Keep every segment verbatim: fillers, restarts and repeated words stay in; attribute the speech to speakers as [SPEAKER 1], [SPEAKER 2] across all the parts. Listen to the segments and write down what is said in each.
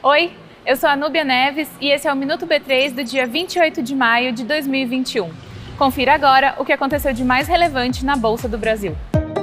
[SPEAKER 1] Oi, eu sou a Núbia Neves e esse é o Minuto B três do dia vinte e oito de maio de dois mil e vinte e um. Confira agora o que aconteceu de mais relevante na Bolsa do Brasil.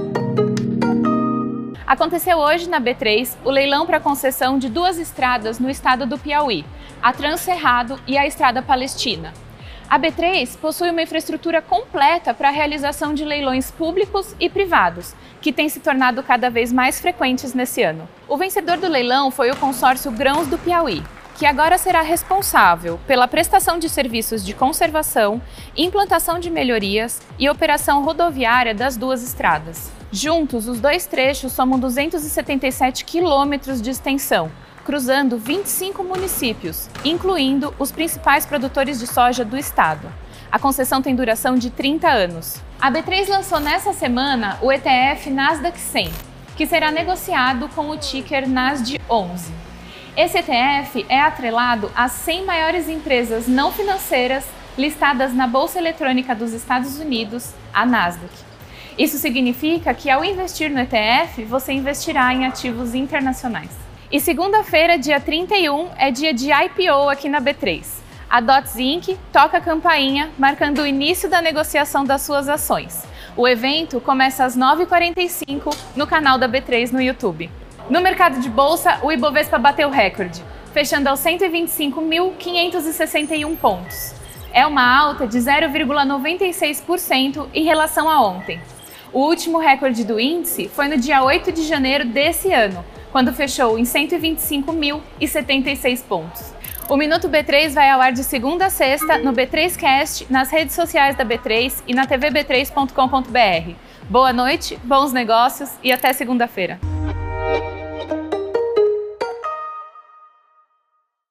[SPEAKER 1] Aconteceu hoje na B três o leilão para concessão de duas estradas no estado do Piauí, a Transcerrado e a Estrada Palestina. A B três possui uma infraestrutura completa para a realização de leilões públicos e privados, que têm se tornado cada vez mais frequentes nesse ano. O vencedor do leilão foi o consórcio Grãos do Piauí, que agora será responsável pela prestação de serviços de conservação, implantação de melhorias e operação rodoviária das duas estradas. Juntos, os dois trechos somam duzentos e setenta e sete quilômetros de extensão, cruzando vinte e cinco municípios, incluindo os principais produtores de soja do estado. A concessão tem duração de trinta anos. A B três lançou nessa semana o E T F Nasdaq cem, que será negociado com o ticker N A S D onze. Esse E T F é atrelado às cem maiores empresas não financeiras listadas na Bolsa Eletrônica dos Estados Unidos, a Nasdaq. Isso significa que, ao investir no E T F, você investirá em ativos internacionais. E segunda-feira, dia trinta e um, é dia de I P O aqui na B três. A Dots Incorporated toca a campainha, marcando o início da negociação das suas ações. O evento começa às nove e quarenta e cinco no canal da B três no YouTube. No mercado de bolsa, o Ibovespa bateu recorde, fechando aos cento e vinte e cinco mil quinhentos e sessenta e um pontos. É uma alta de zero vírgula noventa e seis por cento em relação a ontem. O último recorde do índice foi no dia oito de janeiro desse ano, quando fechou em cento e vinte e cinco mil e setenta e seis pontos. O Minuto B três vai ao ar de segunda a sexta no B três Cast, nas redes sociais da B três e na T V B três ponto com ponto B R. Boa noite, bons negócios e até segunda-feira.